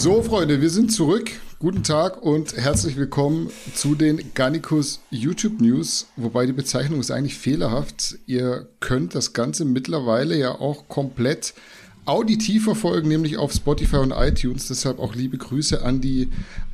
So, Freunde, wir sind zurück. Guten Tag und herzlich willkommen zu den Gannikus YouTube News, wobei die Bezeichnung ist eigentlich fehlerhaft. Ihr könnt das Ganze mittlerweile ja auch komplett auditiv verfolgen, nämlich auf Spotify und iTunes. Deshalb auch liebe Grüße an die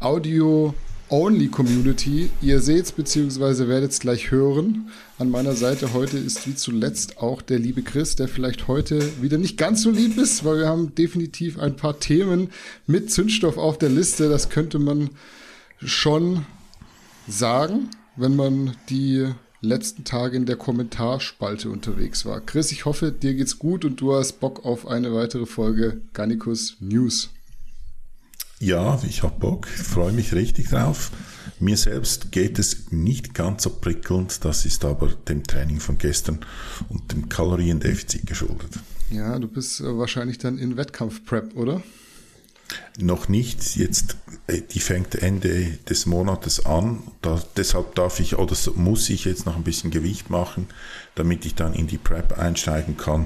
Audio-Only-Community. Ihr seht's bzw. werdet es gleich hören. An meiner Seite heute ist wie zuletzt auch der liebe Chris, der vielleicht heute wieder nicht ganz so lieb ist, weil wir haben definitiv ein paar Themen mit Zündstoff auf der Liste. Das könnte man schon sagen, wenn man die letzten Tage in der Kommentarspalte unterwegs war. Chris, ich hoffe, dir geht's gut und du hast Bock auf eine weitere Folge Gannikus News. Ja, ich habe Bock, freue mich richtig drauf. Mir selbst geht es nicht ganz so prickelnd, das ist aber dem Training von gestern und dem Kaloriendefizit geschuldet. Ja, du bist wahrscheinlich dann in Wettkampf-Prep, oder? Noch nicht, jetzt die fängt Ende des Monats an, deshalb muss ich jetzt noch ein bisschen Gewicht machen, damit ich dann in die Prep einsteigen kann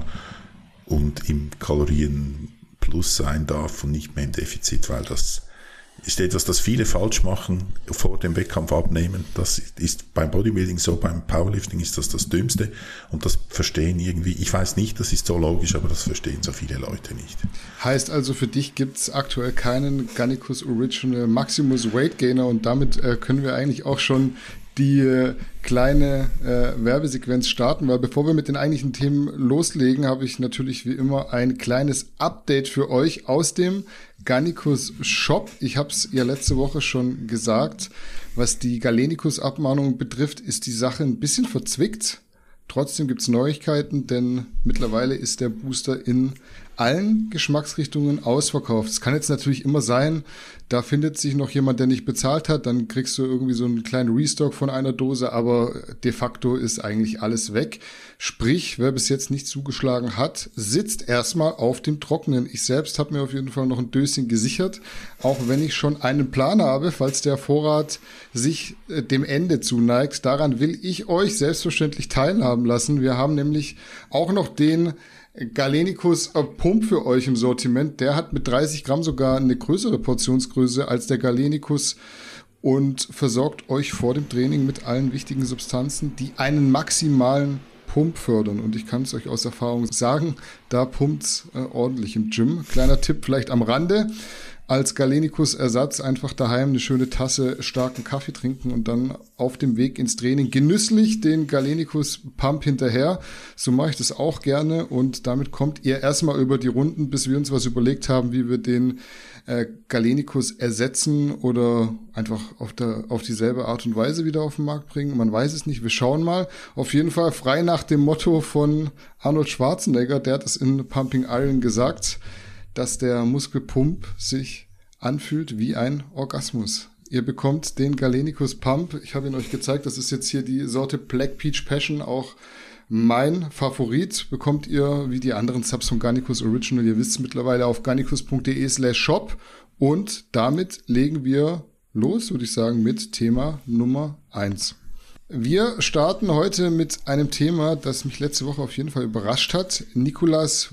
und im Kalorienplus sein darf und nicht mehr im Defizit, weil das ist etwas, das viele falsch machen, vor dem Wettkampf abnehmen. Das ist beim Bodybuilding so, beim Powerlifting ist das Dümmste und das verstehen irgendwie, ich weiß nicht, das ist so logisch, aber das verstehen so viele Leute nicht. Heißt also, für dich gibt es aktuell keinen Gannikus Original Maximus Weight Gainer und damit können wir eigentlich auch schon die kleine Werbesequenz starten, weil bevor wir mit den eigentlichen Themen loslegen, habe ich natürlich wie immer ein kleines Update für euch aus dem Gannikus Shop. Ich habe es ja letzte Woche schon gesagt, was die Galenicus-Abmahnung betrifft, ist die Sache ein bisschen verzwickt. Trotzdem gibt es Neuigkeiten, denn mittlerweile ist der Booster in allen Geschmacksrichtungen ausverkauft. Es kann jetzt natürlich immer sein, da findet sich noch jemand, der nicht bezahlt hat, dann kriegst du irgendwie so einen kleinen Restock von einer Dose, aber de facto ist eigentlich alles weg. Sprich, wer bis jetzt nicht zugeschlagen hat, sitzt erstmal auf dem Trockenen. Ich selbst habe mir auf jeden Fall noch ein Döschen gesichert, auch wenn ich schon einen Plan habe, falls der Vorrat sich dem Ende zuneigt. Daran will ich euch selbstverständlich teilhaben lassen. Wir haben nämlich auch noch den Galenicus Pump für euch im Sortiment. Der hat mit 30 Gramm sogar eine größere Portionsgröße als der Galenicus und versorgt euch vor dem Training mit allen wichtigen Substanzen, die einen maximalen Pump fördern. Und ich kann es euch aus Erfahrung sagen, da pumpt's ordentlich im Gym. Kleiner Tipp vielleicht am Rande. Als Galenicus-Ersatz einfach daheim eine schöne Tasse starken Kaffee trinken und dann auf dem Weg ins Training genüsslich den Galenicus-Pump hinterher. So mache ich das auch gerne und damit kommt ihr erstmal über die Runden, bis wir uns was überlegt haben, wie wir den Galenicus ersetzen oder einfach auf dieselbe Art und Weise wieder auf den Markt bringen. Man weiß es nicht, wir schauen mal. Auf jeden Fall frei nach dem Motto von Arnold Schwarzenegger, der hat es in Pumping Iron gesagt, dass der Muskelpump sich anfühlt wie ein Orgasmus. Ihr bekommt den Galenicus Pump. Ich habe ihn euch gezeigt. Das ist jetzt hier die Sorte Black Peach Passion, auch mein Favorit. Bekommt ihr wie die anderen Subs von Gannikus Original. Ihr wisst es mittlerweile auf gannikus.de/shop. Und damit legen wir los, würde ich sagen, mit Thema Nummer 1. Wir starten heute mit einem Thema, das mich letzte Woche auf jeden Fall überrascht hat. Nicolas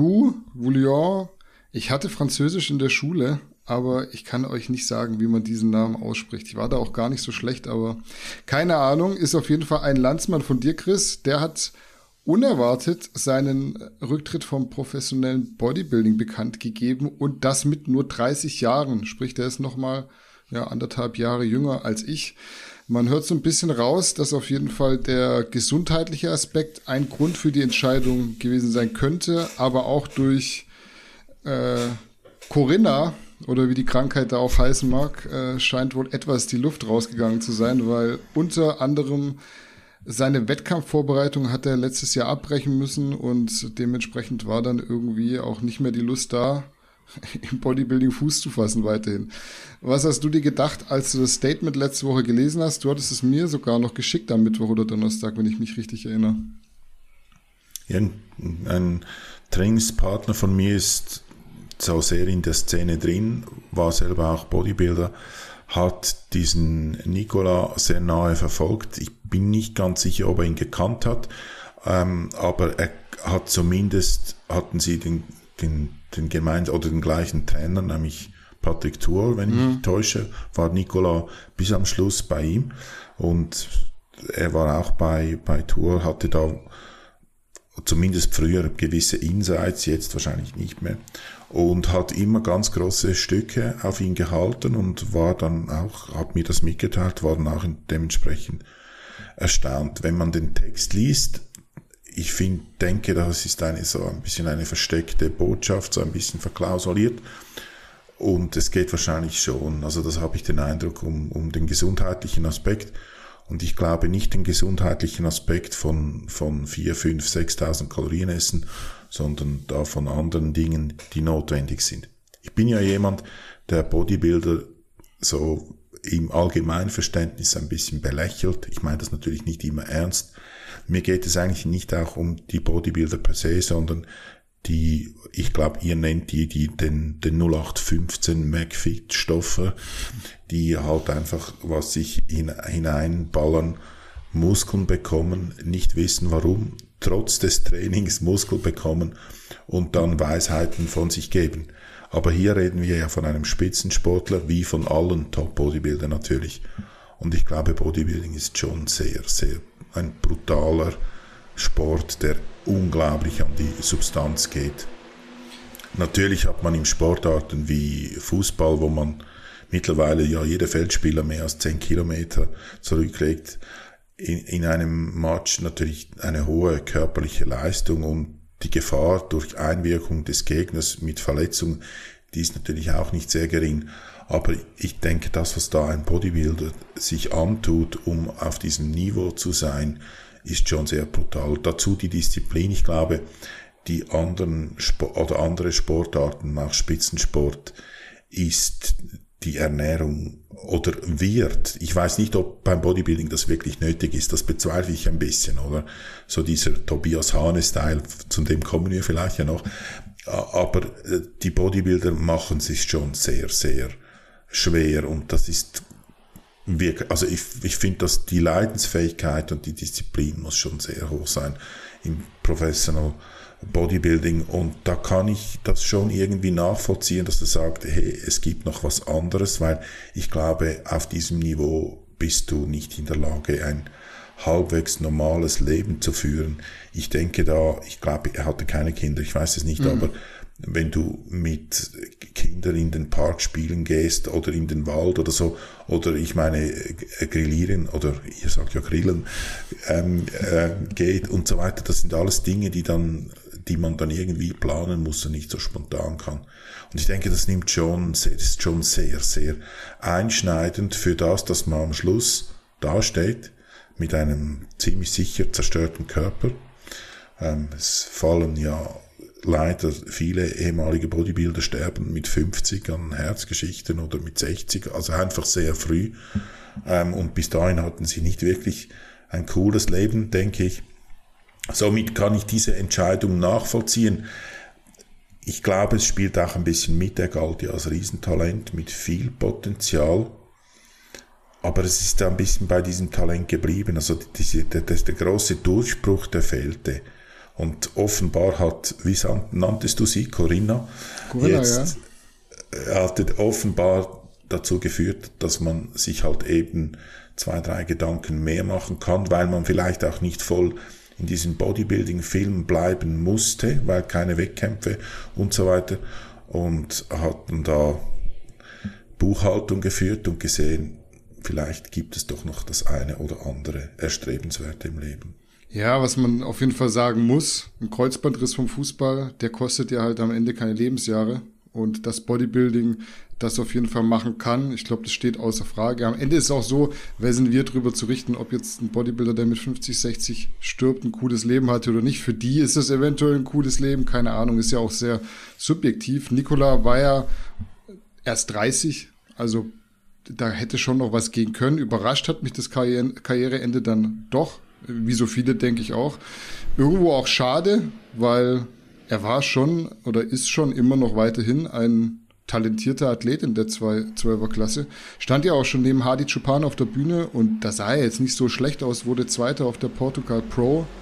Vouillon. Ich hatte Französisch in der Schule, aber ich kann euch nicht sagen, wie man diesen Namen ausspricht. Ich war da auch gar nicht so schlecht, aber keine Ahnung. Ist auf jeden Fall ein Landsmann von dir, Chris. Der hat unerwartet seinen Rücktritt vom professionellen Bodybuilding bekannt gegeben und das mit nur 30 Jahren. Sprich, der ist nochmal 1,5 Jahre jünger als ich. Man hört so ein bisschen raus, dass auf jeden Fall der gesundheitliche Aspekt ein Grund für die Entscheidung gewesen sein könnte, aber auch durch Corinna, oder wie die Krankheit da auch heißen mag, scheint wohl etwas die Luft rausgegangen zu sein, weil unter anderem seine Wettkampfvorbereitung hat er letztes Jahr abbrechen müssen und dementsprechend war dann irgendwie auch nicht mehr die Lust da, im Bodybuilding Fuß zu fassen weiterhin. Was hast du dir gedacht, als du das Statement letzte Woche gelesen hast? Du hattest es mir sogar noch geschickt am Mittwoch oder Donnerstag, wenn ich mich richtig erinnere. Ja, ein Trainingspartner von mir ist so sehr in der Szene drin, war selber auch Bodybuilder, hat diesen Nicolas sehr nahe verfolgt. Ich bin nicht ganz sicher, ob er ihn gekannt hat, aber er hat zumindest, hatten sie den gleichen Trainer, nämlich Patrick Tuor, wenn ich mich täusche, war Nicolas bis am Schluss bei ihm. Und er war auch bei Tuor, hatte da zumindest früher gewisse Insights, jetzt wahrscheinlich nicht mehr. Und hat immer ganz große Stücke auf ihn gehalten und war dann auch, hat mir das mitgeteilt, war dann auch dementsprechend erstaunt. Wenn man den Text liest, ich denke, das ist so ein bisschen eine versteckte Botschaft, so ein bisschen verklausuliert. Und es geht wahrscheinlich schon, also das habe ich den Eindruck, um den gesundheitlichen Aspekt. Und ich glaube nicht den gesundheitlichen Aspekt von 4, 5, 6.000 Kalorien essen, sondern da von anderen Dingen, die notwendig sind. Ich bin ja jemand, der Bodybuilder so im Allgemeinverständnis ein bisschen belächelt. Ich meine das natürlich nicht immer ernst. Mir geht es eigentlich nicht auch um die Bodybuilder per se, sondern ich glaube, ihr nennt den 0815 McFit-Stoffe, die halt einfach, was sich hineinballern, Muskeln bekommen, nicht wissen warum, trotz des Trainings Muskel bekommen und dann Weisheiten von sich geben. Aber hier reden wir ja von einem Spitzensportler, wie von allen Top-Bodybuildern natürlich. Und ich glaube, Bodybuilding ist schon sehr, sehr ein brutaler Sport, der unglaublich an die Substanz geht. Natürlich hat man im Sportarten wie Fußball, wo man mittlerweile ja jeder Feldspieler mehr als 10 Kilometer zurücklegt, in einem Match natürlich eine hohe körperliche Leistung und die Gefahr durch Einwirkung des Gegners mit Verletzung, die ist natürlich auch nicht sehr gering. Aber ich denke, das, was da ein Bodybuilder sich antut, um auf diesem Niveau zu sein, ist schon sehr brutal. Dazu die Disziplin. Ich glaube, die andere Sportarten, auch Spitzensport, ist die Ernährung oder wird. Ich weiß nicht, ob beim Bodybuilding das wirklich nötig ist. Das bezweifle ich ein bisschen, oder? So dieser Tobias Hane-Style, zu dem kommen wir vielleicht ja noch. Aber die Bodybuilder machen sich schon sehr, sehr schwer und das ist wirklich, also ich finde, dass die Leidensfähigkeit und die Disziplin muss schon sehr hoch sein im Professional Bodybuilding und da kann ich das schon irgendwie nachvollziehen, dass er sagt, hey, es gibt noch was anderes, weil ich glaube, auf diesem Niveau bist du nicht in der Lage, ein halbwegs normales Leben zu führen. Ich glaube, er hatte keine Kinder, ich weiß es nicht, aber wenn du mit Kindern in den Park spielen gehst oder in den Wald oder so, oder ich meine grillieren oder ihr sagt ja grillen, geht und so weiter, das sind alles Dinge, die man dann irgendwie planen muss und nicht so spontan kann. Und ich denke, das ist schon sehr, sehr einschneidend für das, dass man am Schluss dasteht mit einem ziemlich sicher zerstörten Körper. Es fallen ja leider viele ehemalige Bodybuilder sterben mit 50 an Herzgeschichten oder mit 60, also einfach sehr früh. Und bis dahin hatten sie nicht wirklich ein cooles Leben, denke ich. Somit kann ich diese Entscheidung nachvollziehen. Ich glaube, es spielt auch ein bisschen mit. Er galt ja als Riesentalent mit viel Potenzial. Aber es ist ein bisschen bei diesem Talent geblieben. Also der große Durchbruch, der fehlte. Und offenbar wie nanntest du sie, Corinna? Jetzt, ja. Hat offenbar dazu geführt, dass man sich halt eben 2, 3 Gedanken mehr machen kann, weil man vielleicht auch nicht voll in diesem Bodybuilding-Film bleiben musste, weil keine Wettkämpfe und so weiter. Und hat dann da Buchhaltung geführt und gesehen, vielleicht gibt es doch noch das eine oder andere Erstrebenswerte im Leben. Ja, was man auf jeden Fall sagen muss, ein Kreuzbandriss vom Fußball, der kostet ja halt am Ende keine Lebensjahre. Und das Bodybuilding das auf jeden Fall machen kann, ich glaube, das steht außer Frage. Am Ende ist es auch so, wer sind wir drüber zu richten, ob jetzt ein Bodybuilder, der mit 50, 60 stirbt, ein cooles Leben hatte oder nicht. Für die ist es eventuell ein cooles Leben, keine Ahnung, ist ja auch sehr subjektiv. Nicola war ja erst 30, also da hätte schon noch was gehen können. Überrascht hat mich das Karriereende dann doch, wie so viele, denke ich auch. Irgendwo auch schade, weil er war schon oder ist schon immer noch weiterhin ein talentierter Athlet in der 12er Klasse. Stand ja auch schon neben Hadi Choopan auf der Bühne und da sah er jetzt nicht so schlecht aus, wurde Zweiter auf der Portugal Pro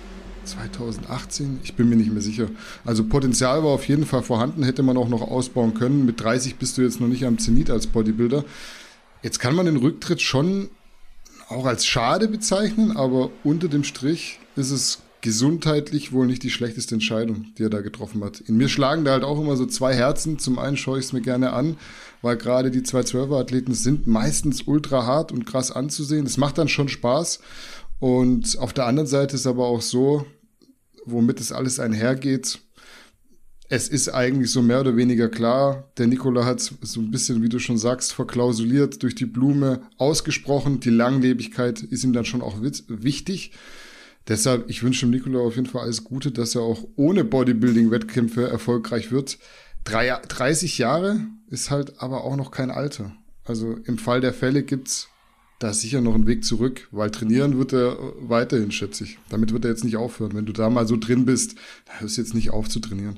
2018? Ich bin mir nicht mehr sicher. Also Potenzial war auf jeden Fall vorhanden, hätte man auch noch ausbauen können. Mit 30 bist du jetzt noch nicht am Zenit als Bodybuilder. Jetzt kann man den Rücktritt schon auch als schade bezeichnen, aber unter dem Strich ist es gesundheitlich wohl nicht die schlechteste Entscheidung, die er da getroffen hat. In mir schlagen da halt auch immer so zwei Herzen. Zum einen schaue ich es mir gerne an, weil gerade die 212er-Athleten sind meistens ultra hart und krass anzusehen. Es macht dann schon Spaß. Und auf der anderen Seite ist aber auch so, womit es alles einhergeht, es ist eigentlich so mehr oder weniger klar, der Nikola hat so ein bisschen, wie du schon sagst, verklausuliert, durch die Blume ausgesprochen. Die Langlebigkeit ist ihm dann schon auch wichtig. Deshalb, ich wünsche dem Nikola auf jeden Fall alles Gute, dass er auch ohne Bodybuilding-Wettkämpfe erfolgreich wird. 30 Jahre ist halt aber auch noch kein Alter. Also im Fall der Fälle gibt's da sicher noch einen Weg zurück, weil trainieren wird er weiterhin, schätze ich. Damit wird er jetzt nicht aufhören. Wenn du da mal so drin bist, da hörst du jetzt nicht auf zu trainieren.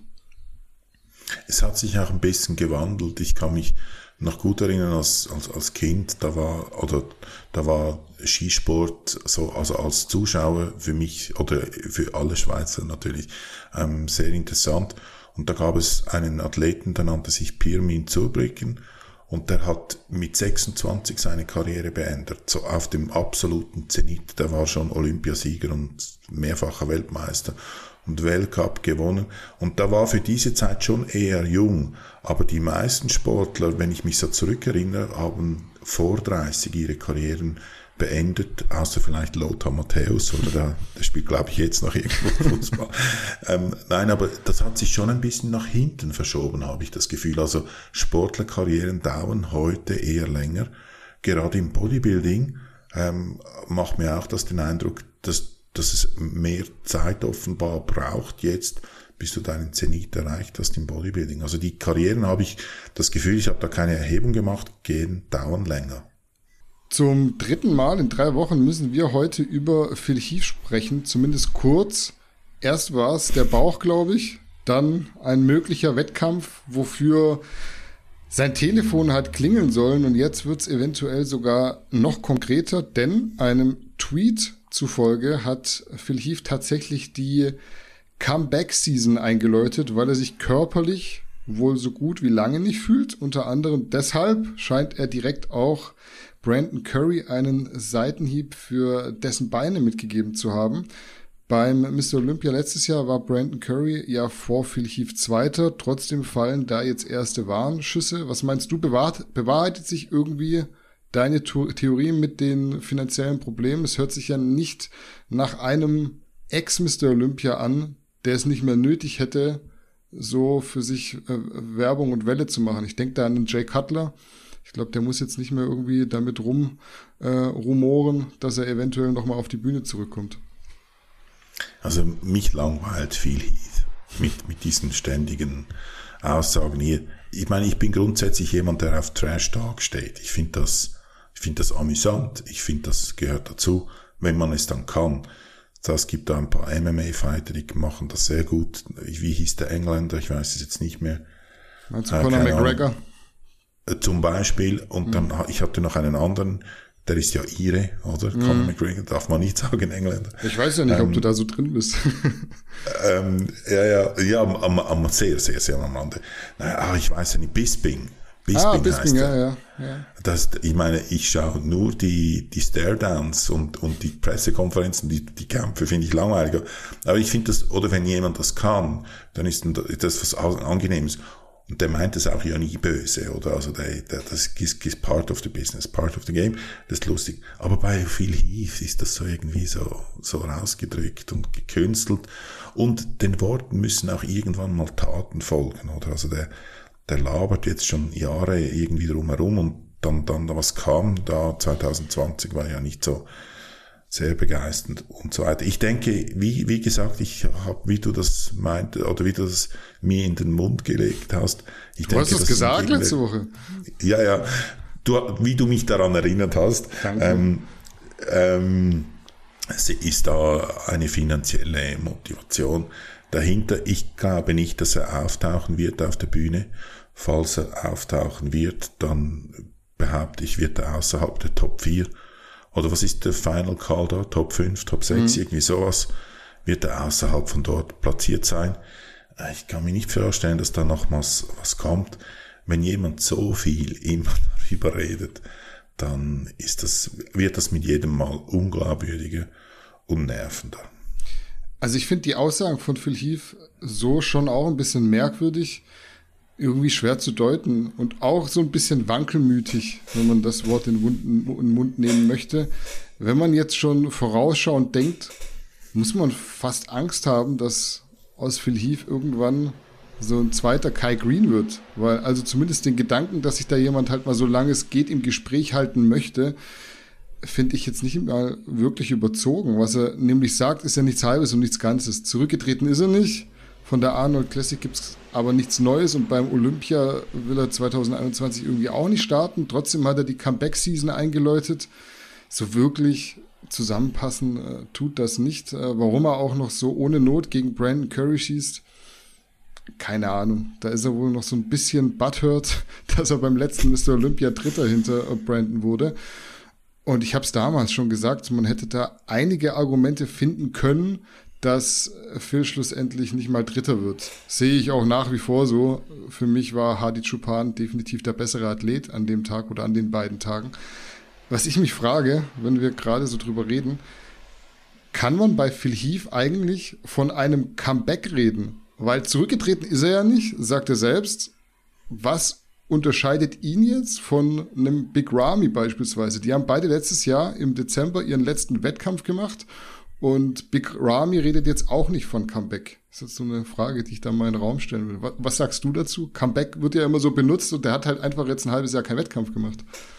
Es hat sich auch ein bisschen gewandelt. Ich kann mich noch gut erinnern, als Kind, da war Skisport so, also als Zuschauer für mich oder für alle Schweizer natürlich sehr interessant. Und da gab es einen Athleten, der nannte sich Pirmin Zurbriggen, und der hat mit 26 seine Karriere beendet, so auf dem absoluten Zenit. Der war schon Olympiasieger und mehrfacher Weltmeister und Weltcup gewonnen. Und da war für diese Zeit schon eher jung. Aber die meisten Sportler, wenn ich mich so zurückerinnere, haben vor 30 ihre Karrieren beendet, außer vielleicht Lothar Matthäus, oder der spielt, glaube ich, jetzt noch irgendwo Fußball. Nein, aber das hat sich schon ein bisschen nach hinten verschoben, habe ich das Gefühl. Also Sportlerkarrieren dauern heute eher länger. Gerade im Bodybuilding macht mir auch den Eindruck, dass es mehr Zeit offenbar braucht jetzt, bis du deinen Zenit erreicht hast im Bodybuilding. Also die Karrieren, habe ich das Gefühl, ich habe da keine Erhebung gemacht, dauern länger. Zum dritten Mal in 3 Wochen müssen wir heute über Phil Heath sprechen, zumindest kurz. Erst war es der Bauch, glaube ich, dann ein möglicher Wettkampf, wofür sein Telefon hat klingeln sollen, und jetzt wird es eventuell sogar noch konkreter, denn einem Tweet zufolge hat Phil Heath tatsächlich die Comeback-Season eingeläutet, weil er sich körperlich wohl so gut wie lange nicht fühlt. Unter anderem deshalb scheint er direkt auch Brandon Curry einen Seitenhieb für dessen Beine mitgegeben zu haben. Beim Mr. Olympia letztes Jahr war Brandon Curry ja vor Phil Heath Zweiter. Trotzdem fallen da jetzt erste Warnschüsse. Was meinst du, bewahrheitet sich irgendwie deine Theorie mit den finanziellen Problemen? Es hört sich ja nicht nach einem Ex-Mr. Olympia an, der es nicht mehr nötig hätte, so für sich Werbung und Welle zu machen. Ich denke da an den Jay Cutler. Ich glaube, der muss jetzt nicht mehr irgendwie damit rumoren, dass er eventuell nochmal auf die Bühne zurückkommt. Also mich langweilt Phil Heath mit diesen ständigen Aussagen hier. Ich meine, ich bin grundsätzlich jemand, der auf Trash Talk steht. Ich finde das amüsant. Ich finde, das gehört dazu, wenn man es dann kann. Es gibt da ein paar MMA-Fighter, die machen das sehr gut. Wie hieß der Engländer? Ich weiß es jetzt nicht mehr. Meinst du Conor McGregor? Zum Beispiel. Und dann, ich hatte noch einen anderen, der ist ja Ire, oder? Conor McGregor, darf man nicht sagen, Engländer. Ich weiß ja nicht, ob du da so drin bist. Ja, sehr, sehr, sehr am Rande. Ich weiß ja nicht, Bisping. Bisping heißt er. Ja. Ich meine, ich schaue nur die Stare-Downs und die Pressekonferenzen, die Kämpfe finde ich langweiliger. Aber ich finde das, oder wenn jemand das kann, dann ist das was Angenehmes. Und der meint das auch ja nie böse, oder? Also das ist part of the business, part of the game. Das ist lustig. Aber bei Phil Heath ist das so irgendwie so rausgedrückt und gekünstelt. Und den Worten müssen auch irgendwann mal Taten folgen, oder? Also der labert jetzt schon Jahre irgendwie drumherum, und dann was kam da 2020 war ja nicht so sehr begeisternd und so weiter. Ich denke, wie gesagt, wie du das meint, oder wie du das mir in den Mund gelegt hast. Du hast es gesagt letzte Woche. Ja. Wie du mich daran erinnert hast. Danke. Ist da eine finanzielle Motivation dahinter. Ich glaube nicht, dass er auftauchen wird auf der Bühne. Falls er auftauchen wird, dann behaupte ich, wird er außerhalb der Top 4. Oder was ist der Final Call da? Top 5, Top 6, irgendwie sowas wird er außerhalb von dort platziert sein. Ich kann mir nicht vorstellen, dass da nochmals was kommt. Wenn jemand so viel immer darüber redet, dann wird das mit jedem Mal unglaubwürdiger und nervender. Also ich finde die Aussagen von Phil Heath so schon auch ein bisschen merkwürdig, irgendwie schwer zu deuten und auch so ein bisschen wankelmütig, wenn man das Wort in den Mund nehmen möchte. Wenn man jetzt schon vorausschauend denkt, muss man fast Angst haben, dass aus Phil Heath irgendwann so ein zweiter Kai Green wird. Weil also zumindest den Gedanken, dass sich da jemand halt mal so lange es geht im Gespräch halten möchte, finde ich jetzt nicht mal wirklich überzogen. Was er nämlich sagt, ist ja nichts Halbes und nichts Ganzes. Zurückgetreten ist er nicht. Von der Arnold Classic gibt es aber nichts Neues und beim Olympia will er 2021 irgendwie auch nicht starten. Trotzdem hat er die Comeback-Season eingeläutet. So wirklich zusammenpassen tut das nicht. Warum er auch noch so ohne Not gegen Brandon Curry schießt, keine Ahnung. Da ist er wohl noch so ein bisschen butthurt, dass er beim letzten Mr. Olympia Dritter hinter Brandon wurde. Und ich habe es damals schon gesagt, man hätte da einige Argumente finden können, dass Phil schlussendlich nicht mal Dritter wird. Sehe ich auch nach wie vor so. Für mich war Hadi Choopan definitiv der bessere Athlet an dem Tag oder an den beiden Tagen. Was ich mich frage, wenn wir gerade so drüber reden, kann man bei Phil Heath eigentlich von einem Comeback reden? Weil zurückgetreten ist er ja nicht, sagt er selbst. Was unterscheidet ihn jetzt von einem Big Ramy beispielsweise? Die haben beide letztes Jahr im Dezember ihren letzten Wettkampf gemacht und Big Ramy redet jetzt auch nicht von Comeback. Das ist jetzt so eine Frage, die ich da mal in den Raum stellen will. Was sagst du dazu? Comeback wird ja immer so benutzt und der hat halt einfach jetzt ein halbes Jahr keinen Wettkampf gemacht.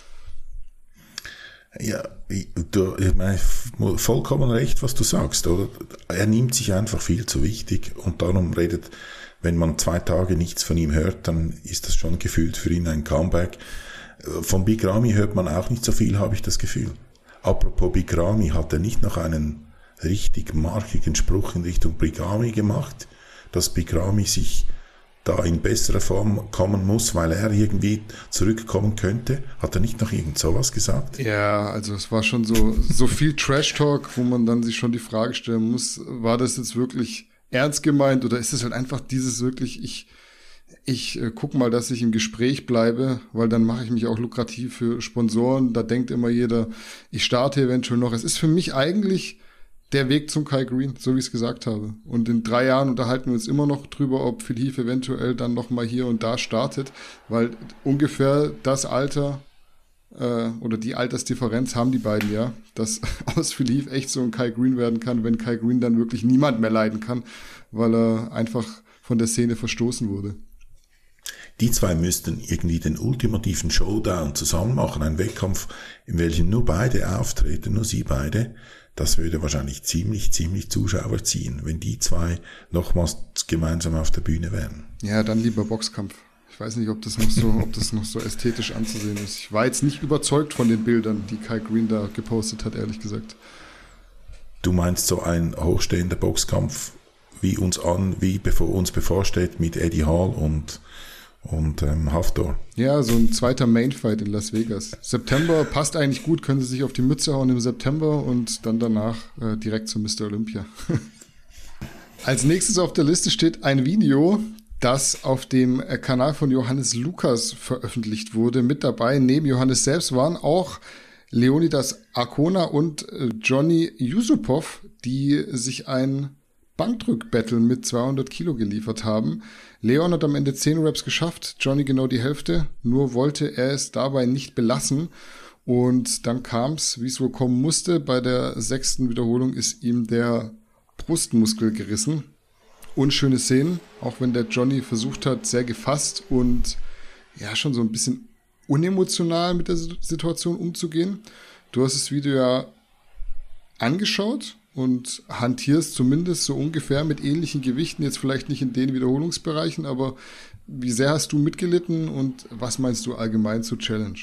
Ja, ich meine, vollkommen recht, was du sagst, oder? Er nimmt sich einfach viel zu wichtig und darum redet, wenn man 2 Tage nichts von ihm hört, dann ist das schon gefühlt für ihn ein Comeback. Von Big Ramy hört man auch nicht so viel, habe ich das Gefühl. Apropos Big Ramy, hat er nicht noch einen richtig markigen Spruch in Richtung Big Ramy gemacht, dass Big Ramy sich da in bessere Form kommen muss, weil er irgendwie zurückkommen könnte? Hat er nicht noch irgend sowas gesagt? Ja, also es war schon so viel Trash-Talk, wo man dann sich schon die Frage stellen muss, war das jetzt wirklich ernst gemeint oder ist es halt einfach dieses wirklich, ich guck mal, dass ich im Gespräch bleibe, weil dann mache ich mich auch lukrativ für Sponsoren. Da denkt immer jeder, ich starte eventuell noch. Es ist für mich eigentlich der Weg zum Kai Green, so wie ich es gesagt habe. Und in 3 Jahren unterhalten wir uns immer noch drüber, ob Phil Heath eventuell dann noch mal hier und da startet, weil ungefähr das Alter oder die Altersdifferenz haben die beiden ja, dass aus Phil Heath echt so ein Kai Green werden kann, wenn Kai Green dann wirklich niemand mehr leiden kann, weil er einfach von der Szene verstoßen wurde. Die zwei müssten irgendwie den ultimativen Showdown zusammen machen, einen Wettkampf, in welchem nur beide auftreten, nur sie beide. Das würde wahrscheinlich ziemlich Zuschauer ziehen, wenn die zwei nochmals gemeinsam auf der Bühne wären. Ja, dann lieber Boxkampf. Ich weiß nicht, ob das noch so ästhetisch anzusehen ist. Ich war jetzt nicht überzeugt von den Bildern, die Kai Green da gepostet hat, ehrlich gesagt. Du meinst so ein hochstehender Boxkampf, wie uns bevorsteht mit Eddie Hall und Hafthor. Ja, so ein zweiter Mainfight in Las Vegas. September passt eigentlich gut, können sie sich auf die Mütze hauen im September und dann danach direkt zu Mr. Olympia. Als nächstes auf der Liste steht ein Video, das auf dem Kanal von Johannes Lukas veröffentlicht wurde. Mit dabei, neben Johannes selbst, waren auch Leonidas Arkona und Johnny Yusupov, die sich ein Bankdrück-Battle mit 200 Kilo geliefert haben. Leon hat am Ende 10 Reps geschafft, Johnny genau die Hälfte, nur wollte er es dabei nicht belassen. Und dann kam es, wie es wohl kommen musste. Bei der 6. Wiederholung ist ihm der Brustmuskel gerissen. Unschöne Szenen, auch wenn der Johnny versucht hat, sehr gefasst und ja schon so ein bisschen unemotional mit der Situation umzugehen. Du hast das Video ja angeschaut und hantierst zumindest so ungefähr mit ähnlichen Gewichten, jetzt vielleicht nicht in den Wiederholungsbereichen, aber wie sehr hast du mitgelitten und was meinst du allgemein zur Challenge?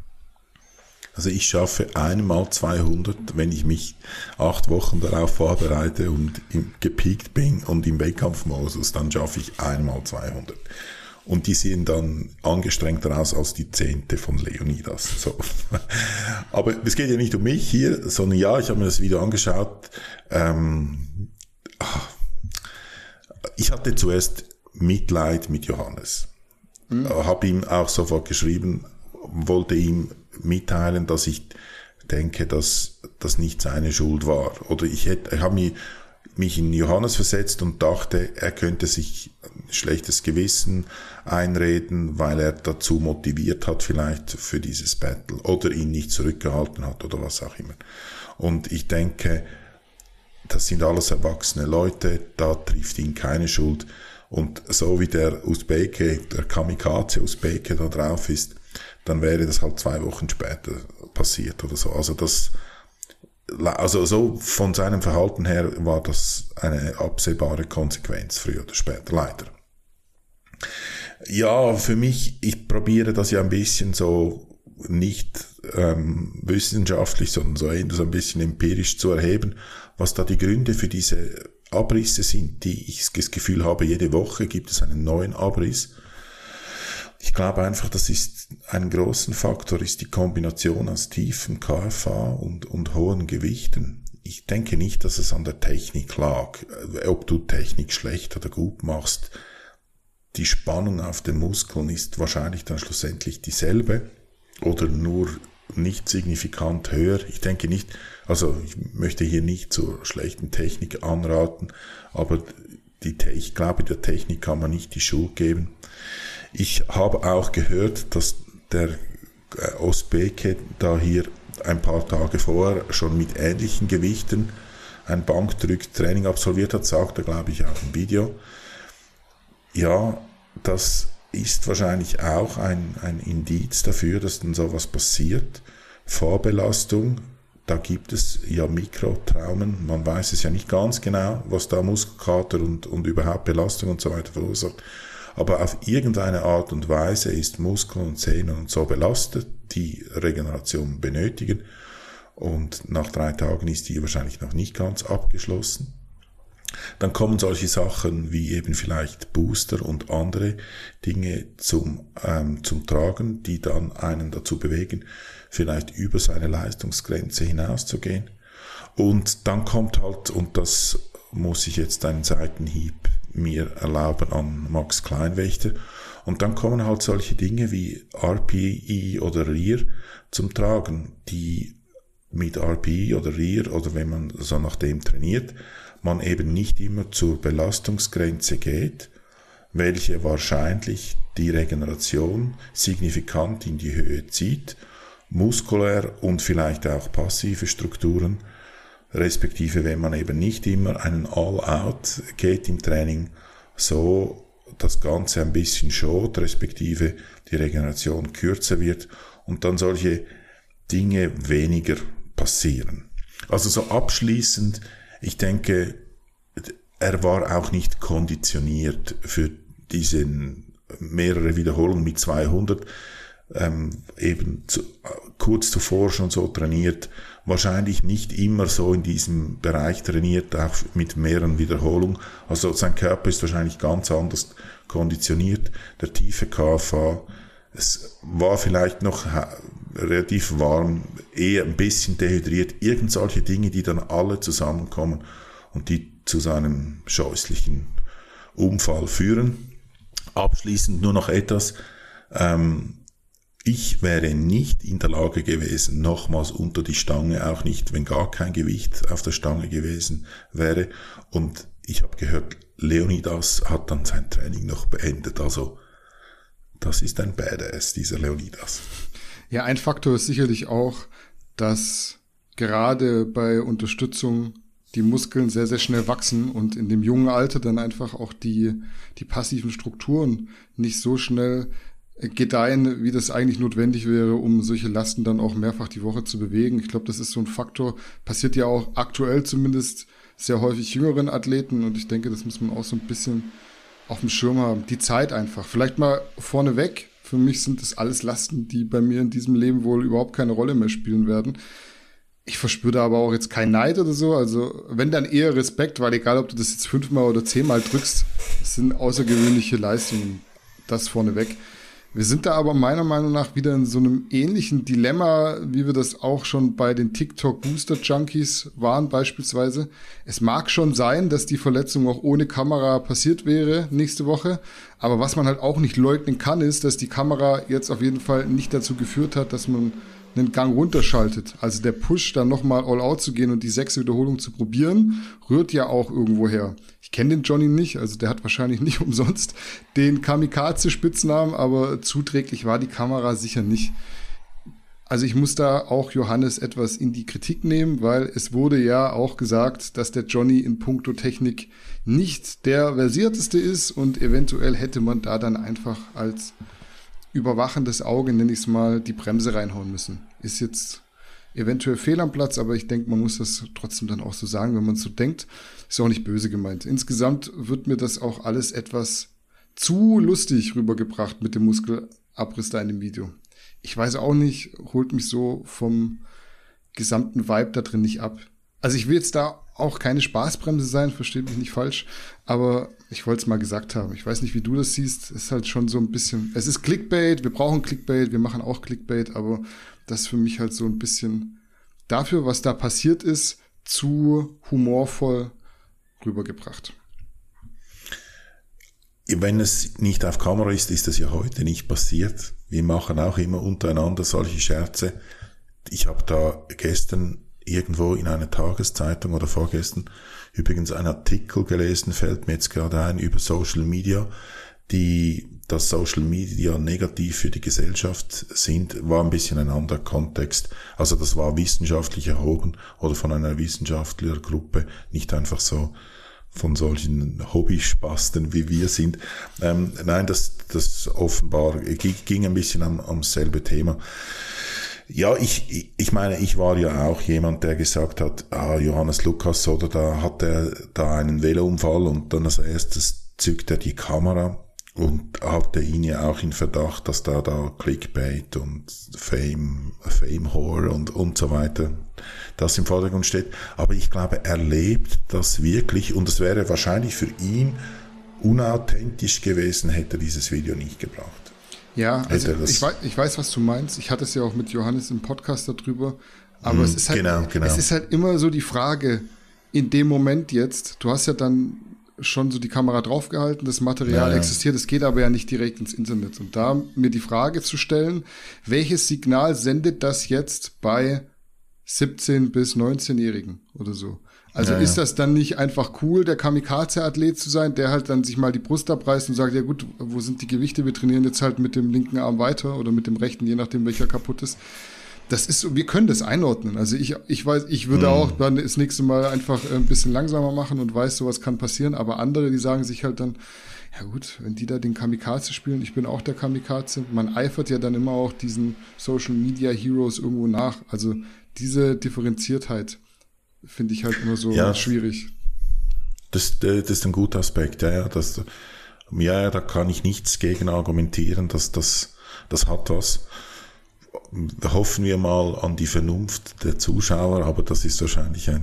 Also ich schaffe einmal 200, wenn ich mich 8 Wochen darauf vorbereite und gepiekt bin und im Wettkampfmodus, dann schaffe ich einmal 200. Und die sehen dann angestrengter aus als die 10. von Leonidas. So. Aber es geht ja nicht um mich hier, sondern ja, ich habe mir das Video angeschaut. ich hatte zuerst Mitleid mit Johannes. Habe ihm auch sofort geschrieben, wollte ihm mitteilen, dass ich denke, dass das nicht seine Schuld war. Oder ich habe mich in Johannes versetzt und dachte, er könnte sich ein schlechtes Gewissen einreden, weil er dazu motiviert hat vielleicht für dieses Battle oder ihn nicht zurückgehalten hat oder was auch immer. Und ich denke, das sind alles erwachsene Leute, da trifft ihn keine Schuld. Und so wie der Usbeke, der Kamikaze Usbeke da drauf ist, dann wäre das halt 2 Wochen später passiert oder so. Also so von seinem Verhalten her war das eine absehbare Konsequenz, früher oder später, leider. Ja, für mich, ich probiere das ja ein bisschen so nicht wissenschaftlich, sondern so ein bisschen empirisch zu erheben, was da die Gründe für diese Abrisse sind, die ich das Gefühl habe, jede Woche gibt es einen neuen Abriss. Ich glaube einfach, das ist ein großen Faktor, ist die Kombination aus tiefem KFA und hohen Gewichten. Ich denke nicht, dass es an der Technik lag. Ob du Technik schlecht oder gut machst, die Spannung auf den Muskeln ist wahrscheinlich dann schlussendlich dieselbe oder nur nicht signifikant höher. Ich denke nicht, also ich möchte hier nicht zur schlechten Technik anraten, aber ich glaube, der Technik kann man nicht die Schuld geben. Ich habe auch gehört, dass der Usbeke da hier ein paar Tage vorher schon mit ähnlichen Gewichten ein Bankdrücktraining absolviert hat, sagt er, glaube ich, auch im Video. Ja, das ist wahrscheinlich auch ein Indiz dafür, dass dann sowas passiert. Vorbelastung, da gibt es ja Mikrotraumen, man weiß es ja nicht ganz genau, was da Muskelkater und überhaupt Belastung und so weiter verursacht. Aber auf irgendeine Art und Weise ist Muskeln und Sehnen und so belastet, die Regeneration benötigen. Und nach 3 Tagen ist die wahrscheinlich noch nicht ganz abgeschlossen. Dann kommen solche Sachen wie eben vielleicht Booster und andere Dinge zum Tragen, die dann einen dazu bewegen, vielleicht über seine Leistungsgrenze hinauszugehen. Und dann kommt halt, und das muss ich jetzt einen Seitenhieb mir erlauben an Max Kleinwächter, und dann kommen halt solche Dinge wie RPE oder RIR zum Tragen, die mit RPE oder RIR oder wenn man so nach dem trainiert, man eben nicht immer zur Belastungsgrenze geht, welche wahrscheinlich die Regeneration signifikant in die Höhe zieht, muskulär und vielleicht auch passive Strukturen, respektive wenn man eben nicht immer einen All-Out geht im Training, so das Ganze ein bisschen schont, respektive die Regeneration kürzer wird und dann solche Dinge weniger passieren. Also so abschließend, ich denke, er war auch nicht konditioniert für diesen mehrere Wiederholungen mit 200, kurz zuvor schon so trainiert, wahrscheinlich nicht immer so in diesem Bereich trainiert, auch mit mehreren Wiederholungen. Also sein Körper ist wahrscheinlich ganz anders konditioniert, der tiefe KFA, es war vielleicht noch relativ warm, eher ein bisschen dehydriert, irgend solche Dinge, die dann alle zusammenkommen und die zu seinem scheußlichen Unfall führen. Abschließend nur noch etwas, ich wäre nicht in der Lage gewesen, nochmals unter die Stange, auch nicht, wenn gar kein Gewicht auf der Stange gewesen wäre. Und ich habe gehört, Leonidas hat dann sein Training noch beendet. Also das ist ein Badass, dieser Leonidas. Ja, ein Faktor ist sicherlich auch, dass gerade bei Unterstützung die Muskeln sehr, sehr schnell wachsen und in dem jungen Alter dann einfach auch die passiven Strukturen nicht so schnell gedeihen, wie das eigentlich notwendig wäre, um solche Lasten dann auch mehrfach die Woche zu bewegen. Ich glaube, das ist so ein Faktor, passiert ja auch aktuell zumindest sehr häufig jüngeren Athleten und ich denke, das muss man auch so ein bisschen auf dem Schirm haben. Die Zeit einfach. Vielleicht mal vorneweg, für mich sind das alles Lasten, die bei mir in diesem Leben wohl überhaupt keine Rolle mehr spielen werden. Ich verspüre da aber auch jetzt keinen Neid oder so, also wenn dann eher Respekt, weil egal, ob du das jetzt 5-mal oder 10-mal drückst, das sind außergewöhnliche Leistungen, das vorneweg. Wir sind da aber meiner Meinung nach wieder in so einem ähnlichen Dilemma, wie wir das auch schon bei den TikTok-Booster-Junkies waren beispielsweise. Es mag schon sein, dass die Verletzung auch ohne Kamera passiert wäre nächste Woche, aber was man halt auch nicht leugnen kann, ist, dass die Kamera jetzt auf jeden Fall nicht dazu geführt hat, dass man einen Gang runterschaltet. Also der Push, dann nochmal all out zu gehen und die 6. Wiederholung zu probieren, rührt ja auch irgendwo her. Ich kenne den Johnny nicht, also der hat wahrscheinlich nicht umsonst den Kamikaze-Spitznamen, aber zuträglich war die Kamera sicher nicht. Also ich muss da auch Johannes etwas in die Kritik nehmen, weil es wurde ja auch gesagt, dass der Johnny in puncto Technik nicht der versierteste ist und eventuell hätte man da dann einfach als überwachendes Auge, nenne ich es mal, die Bremse reinhauen müssen. Ist jetzt eventuell fehl am Platz, aber ich denke, man muss das trotzdem dann auch so sagen, wenn man es so denkt. Ist auch nicht böse gemeint. Insgesamt wird mir das auch alles etwas zu lustig rübergebracht mit dem Muskelabriss da in dem Video. Ich weiß auch nicht, holt mich so vom gesamten Vibe da drin nicht ab. Also ich will jetzt da auch keine Spaßbremse sein, versteht mich nicht falsch, aber ich wollte es mal gesagt haben. Ich weiß nicht, wie du das siehst. Es ist halt schon so ein bisschen, es ist Clickbait, wir brauchen Clickbait, wir machen auch Clickbait, aber das ist für mich halt so ein bisschen dafür, was da passiert ist, zu humorvoll rübergebracht. Wenn es nicht auf Kamera ist, ist das ja heute nicht passiert. Wir machen auch immer untereinander solche Scherze. Ich habe da gestern irgendwo in einer Tageszeitung oder vorgestern übrigens einen Artikel gelesen, fällt mir jetzt gerade ein, über Social Media, dass Social Media negativ für die Gesellschaft sind, war ein bisschen ein anderer Kontext. Also das war wissenschaftlich erhoben oder von einer Wissenschaftlergruppe, nicht einfach so von solchen Hobbyspasten wie wir sind. Nein, das offenbar ging ein bisschen am selbe Thema. Ja, ich meine, ich war ja auch jemand, der gesagt hat, Johannes Lukas, oder da hat er da einen Velounfall und dann als erstes zückt er die Kamera und hatte ihn ja auch in Verdacht, dass da Clickbait und Fame Whore und so weiter, das im Vordergrund steht. Aber ich glaube, er lebt das wirklich und es wäre wahrscheinlich für ihn unauthentisch gewesen, hätte er dieses Video nicht gebracht. Ja, also ich weiß, was du meinst. Ich hatte es ja auch mit Johannes im Podcast darüber. Aber es ist halt, genau. Es ist halt immer so die Frage, in dem Moment jetzt, du hast ja dann schon so die Kamera draufgehalten, das Material existiert, es geht aber ja nicht direkt ins Internet. Und da mir die Frage zu stellen, welches Signal sendet das jetzt bei 17- bis 19-Jährigen oder so? Also ist das dann nicht einfach cool, der Kamikaze-Athlet zu sein, der halt dann sich mal die Brust abreißt und sagt, ja gut, wo sind die Gewichte? Wir trainieren jetzt halt mit dem linken Arm weiter oder mit dem rechten, je nachdem welcher kaputt ist. Das ist so, wir können das einordnen. Also ich weiß, ich würde auch dann das nächste Mal einfach ein bisschen langsamer machen und weiß, sowas kann passieren. Aber andere, die sagen sich halt dann, ja gut, wenn die da den Kamikaze spielen, ich bin auch der Kamikaze. Man eifert ja dann immer auch diesen Social Media Heroes irgendwo nach. Also diese Differenziertheit finde ich halt immer so schwierig. Das ist ein guter Aspekt, da kann ich nichts gegen argumentieren, das hat was. Hoffen wir mal an die Vernunft der Zuschauer, aber das ist wahrscheinlich der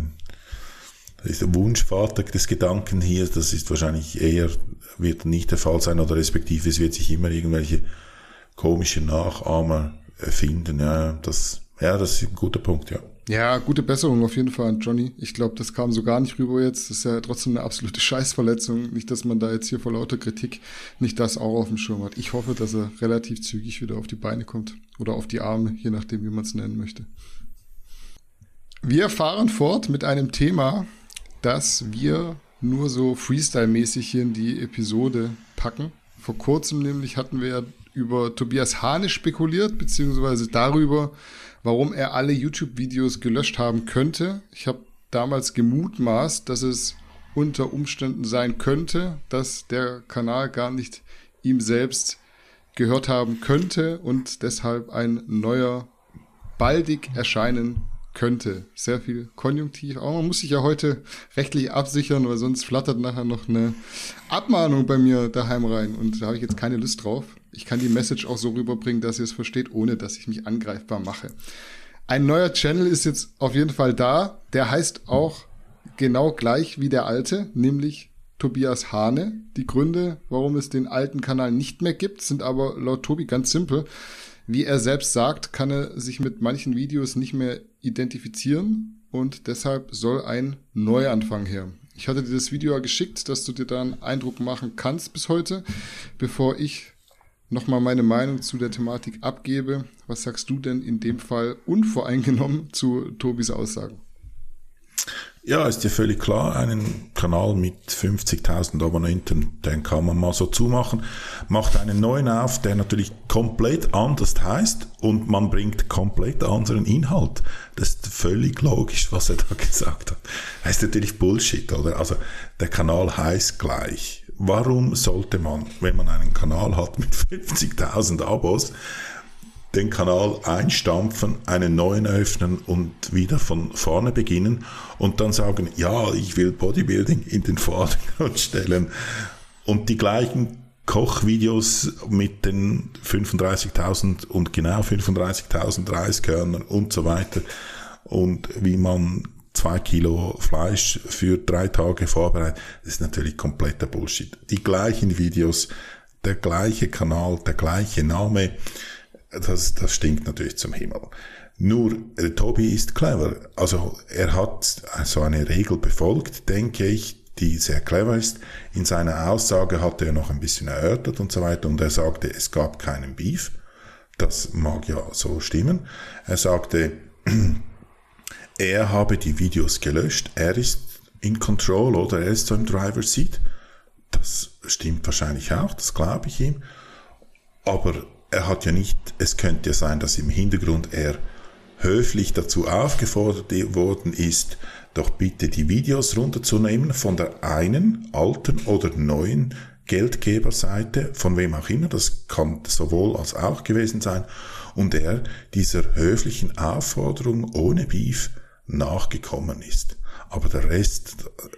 Wunschvater des Gedanken hier, das ist wahrscheinlich wird nicht der Fall sein, oder respektive es wird sich immer irgendwelche komischen Nachahmer finden, das ist ein guter Punkt, ja. Ja, gute Besserung auf jeden Fall an Johnny. Ich glaube, das kam so gar nicht rüber jetzt. Das ist ja trotzdem eine absolute Scheißverletzung. Nicht, dass man da jetzt hier vor lauter Kritik nicht das auch auf dem Schirm hat. Ich hoffe, dass er relativ zügig wieder auf die Beine kommt. Oder auf die Arme, je nachdem, wie man es nennen möchte. Wir fahren fort mit einem Thema, das wir nur so Freestyle-mäßig hier in die Episode packen. Vor kurzem nämlich hatten wir ja über Tobias Hane spekuliert, beziehungsweise darüber, warum er alle YouTube-Videos gelöscht haben könnte. Ich habe damals gemutmaßt, dass es unter Umständen sein könnte, dass der Kanal gar nicht ihm selbst gehört haben könnte und deshalb ein neuer baldig erscheinen könnte. Sehr viel Konjunktiv. Aber man muss sich ja heute rechtlich absichern, weil sonst flattert nachher noch eine Abmahnung bei mir daheim rein und da habe ich jetzt keine Lust drauf. Ich kann die Message auch so rüberbringen, dass ihr es versteht, ohne dass ich mich angreifbar mache. Ein neuer Channel ist jetzt auf jeden Fall da. Der heißt auch genau gleich wie der alte, nämlich Tobias Hane. Die Gründe, warum es den alten Kanal nicht mehr gibt, sind aber laut Tobi ganz simpel. Wie er selbst sagt, kann er sich mit manchen Videos nicht mehr identifizieren und deshalb soll ein Neuanfang her. Ich hatte dir das Video ja geschickt, dass du dir da einen Eindruck machen kannst bis heute, bevor ich nochmal meine Meinung zu der Thematik abgebe. Was sagst du denn in dem Fall unvoreingenommen zu Tobis Aussagen? Ja, ist ja völlig klar, einen Kanal mit 50.000 Abonnenten, den kann man mal so zumachen, macht einen neuen auf, der natürlich komplett anders heißt und man bringt komplett anderen Inhalt. Das ist völlig logisch, was er da gesagt hat. Heißt natürlich Bullshit, oder? Also der Kanal heißt gleich. Warum sollte man, wenn man einen Kanal hat mit 50.000 Abos, den Kanal einstampfen, einen neuen öffnen und wieder von vorne beginnen und dann sagen, ja, ich will Bodybuilding in den Vordergrund stellen und die gleichen Kochvideos mit den 35.000 und genau 35.000 Reiskörnern und so weiter und wie man 2 Kilo Fleisch für 3 Tage vorbereitet, das ist natürlich kompletter Bullshit. Die gleichen Videos, der gleiche Kanal, der gleiche Name, das stinkt natürlich zum Himmel. Nur, Tobi ist clever. Also, er hat so eine Regel befolgt, denke ich, die sehr clever ist. In seiner Aussage hat er noch ein bisschen erörtert und so weiter und er sagte, es gab keinen Beef. Das mag ja so stimmen. Er sagte, er habe die Videos gelöscht, er ist in Control oder er ist so im Driver's Seat. Das stimmt wahrscheinlich auch, das glaube ich ihm. Aber er hat ja nicht, es könnte ja sein, dass im Hintergrund er höflich dazu aufgefordert worden ist, doch bitte die Videos runterzunehmen von der einen alten oder neuen Geldgeberseite, von wem auch immer, das kann sowohl als auch gewesen sein, und er dieser höflichen Aufforderung ohne Beef nachgekommen ist. Aber der Rest,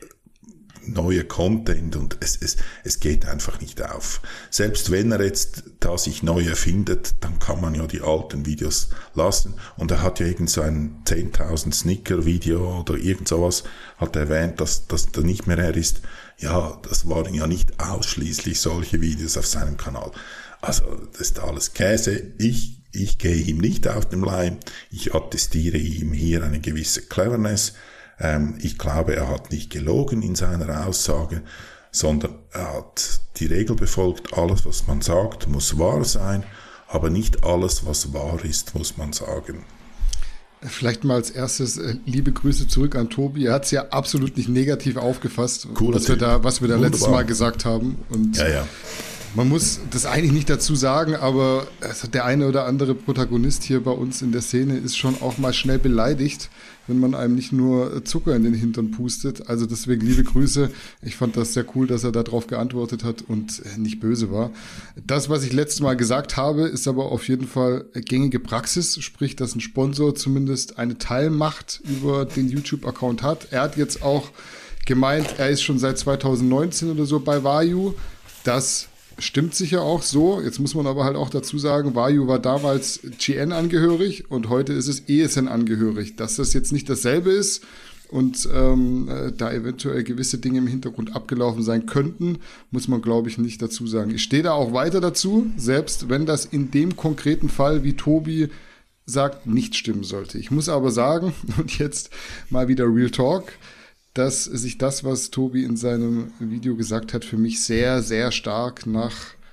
neue Content und es geht einfach nicht auf. Selbst wenn er jetzt da sich neu erfindet, dann kann man ja die alten Videos lassen und er hat ja irgend so ein 10.000 Snicker Video oder irgend sowas, hat er erwähnt, dass da nicht mehr er ist. Ja, das waren ja nicht ausschließlich solche Videos auf seinem Kanal. Also, das ist alles Käse. Ich gehe ihm nicht auf den Leim. Ich attestiere ihm hier eine gewisse Cleverness. Ich glaube, er hat nicht gelogen in seiner Aussage, sondern er hat die Regel befolgt, alles, was man sagt, muss wahr sein, aber nicht alles, was wahr ist, muss man sagen. Vielleicht mal als erstes liebe Grüße zurück an Tobi. Er hat es ja absolut nicht negativ aufgefasst, was wir da letztes Mal gesagt haben. Und ja. Man muss das eigentlich nicht dazu sagen, aber der eine oder andere Protagonist hier bei uns in der Szene ist schon auch mal schnell beleidigt, wenn man einem nicht nur Zucker in den Hintern pustet. Also deswegen liebe Grüße. Ich fand das sehr cool, dass er darauf geantwortet hat und nicht böse war. Das, was ich letztes Mal gesagt habe, ist aber auf jeden Fall gängige Praxis, sprich, dass ein Sponsor zumindest eine Teilmacht über den YouTube-Account hat. Er hat jetzt auch gemeint, er ist schon seit 2019 oder so bei Vayu. Das stimmt sicher auch so. Jetzt muss man aber halt auch dazu sagen, Vayu war damals GN angehörig und heute ist es ESN angehörig. Dass das jetzt nicht dasselbe ist und da eventuell gewisse Dinge im Hintergrund abgelaufen sein könnten, muss man, glaube ich, nicht dazu sagen. Ich stehe da auch weiter dazu, selbst wenn das in dem konkreten Fall, wie Tobi sagt, nicht stimmen sollte. Ich muss aber sagen, und jetzt mal wieder Real Talk, dass sich das, was Tobi in seinem Video gesagt hat, für mich sehr, sehr stark nach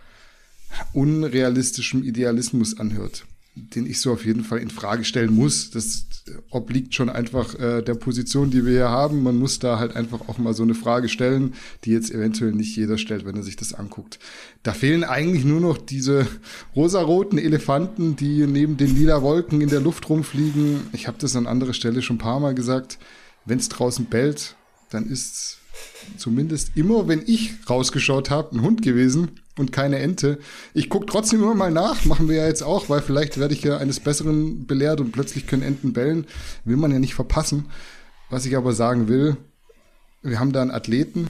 unrealistischem Idealismus anhört, den ich so auf jeden Fall in Frage stellen muss. Das obliegt schon einfach der Position, die wir hier haben. Man muss da halt einfach auch mal so eine Frage stellen, die jetzt eventuell nicht jeder stellt, wenn er sich das anguckt. Da fehlen eigentlich nur noch diese rosaroten Elefanten, die neben den lila Wolken in der Luft rumfliegen. Ich habe das an anderer Stelle schon ein paar Mal gesagt. Wenn es draußen bellt, dann ist zumindest immer, wenn ich rausgeschaut habe, ein Hund gewesen und keine Ente. Ich gucke trotzdem immer mal nach, machen wir ja jetzt auch, weil vielleicht werde ich ja eines Besseren belehrt und plötzlich können Enten bellen. Will man ja nicht verpassen. Was ich aber sagen will, wir haben da einen Athleten,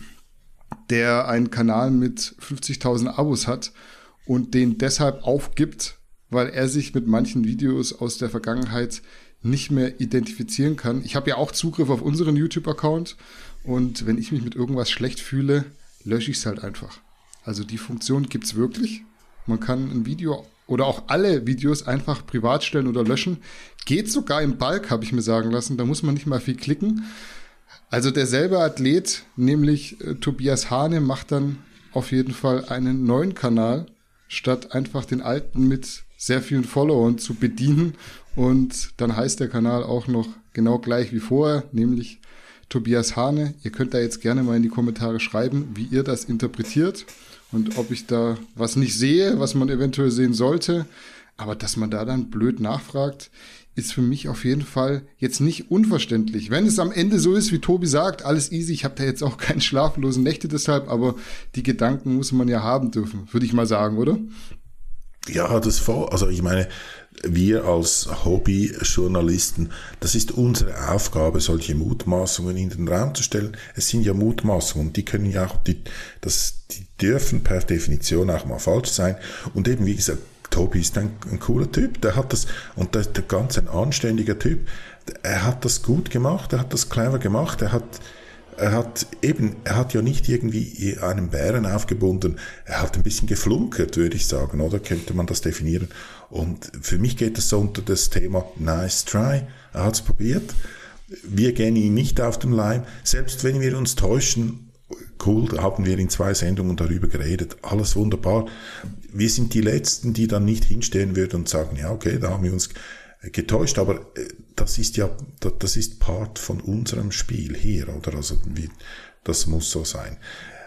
der einen Kanal mit 50.000 Abos hat und den deshalb aufgibt, weil er sich mit manchen Videos aus der Vergangenheit nicht mehr identifizieren kann. Ich habe ja auch Zugriff auf unseren YouTube-Account und wenn ich mich mit irgendwas schlecht fühle, lösche ich es halt einfach. Also die Funktion gibt's wirklich. Man kann ein Video oder auch alle Videos einfach privat stellen oder löschen. Geht sogar im Bulk, habe ich mir sagen lassen. Da muss man nicht mal viel klicken. Also derselbe Athlet, nämlich Tobias Hane, macht dann auf jeden Fall einen neuen Kanal, statt einfach den alten mit sehr vielen Followern zu bedienen. Und dann heißt der Kanal auch noch genau gleich wie vorher, nämlich Tobias Hane. Ihr könnt da jetzt gerne mal in die Kommentare schreiben, wie ihr das interpretiert und ob ich da was nicht sehe, was man eventuell sehen sollte. Aber dass man da dann blöd nachfragt, ist für mich auf jeden Fall jetzt nicht unverständlich. Wenn es am Ende so ist, wie Tobi sagt, alles easy, ich habe da jetzt auch keine schlaflosen Nächte deshalb, aber die Gedanken muss man ja haben dürfen, würde ich mal sagen, oder? Ja, das voll. Also ich meine, wir als Hobbyjournalisten, das ist unsere Aufgabe, solche Mutmaßungen in den Raum zu stellen. Es sind ja Mutmaßungen, die können ja auch, die dürfen per Definition auch mal falsch sein. Und eben, wie gesagt, Tobi ist ein cooler Typ, der hat das, und der ganz ein anständiger Typ, er hat das gut gemacht, er hat das clever gemacht, er hat ja nicht irgendwie einen Bären aufgebunden, er hat ein bisschen geflunkert, würde ich sagen, oder könnte man das definieren. Und für mich geht es so unter das Thema nice try, er hat es probiert, wir gehen ihm nicht auf den Leim, selbst wenn wir uns täuschen, cool, da haben wir in 2 Sendungen darüber geredet, alles wunderbar. Wir sind die Letzten, die dann nicht hinstehen würden und sagen, ja okay, da haben wir uns getäuscht, aber das ist Part von unserem Spiel hier, oder? Also das muss so sein.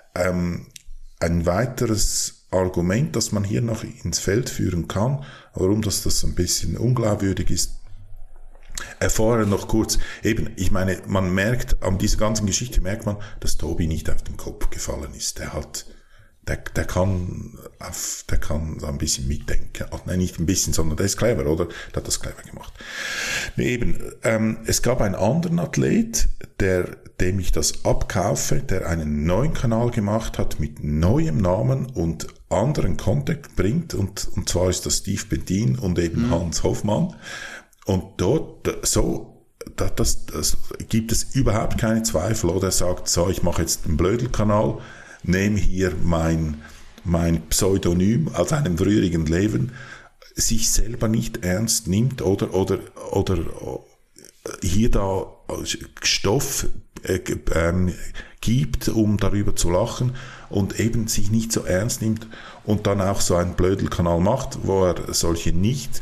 Ein weiteres Argument, das man hier noch ins Feld führen kann, warum das ein bisschen unglaubwürdig ist, vorher noch kurz, eben, ich meine, man merkt, an dieser ganzen Geschichte merkt man, dass Tobi nicht auf den Kopf gefallen ist. Der kann ein bisschen mitdenken. Ach, nein, nicht ein bisschen, sondern der ist clever, oder? Der hat das clever gemacht. Nee, eben, es gab einen anderen Athlet, dem ich das abkaufe, der einen neuen Kanal gemacht hat mit neuem Namen und anderen Content bringt, und zwar ist das Steve Bentin und eben Hans Hoffmann. Und dort, das gibt es überhaupt keine Zweifel, oder? Er sagt, so, ich mache jetzt einen Blödel-Kanal, nehme hier mein Pseudonym aus einem früheren Leben, sich selber nicht ernst nimmt oder hier da Stoff gibt, um darüber zu lachen und eben sich nicht so ernst nimmt und dann auch so einen Blödel-Kanal macht, wo er solche nicht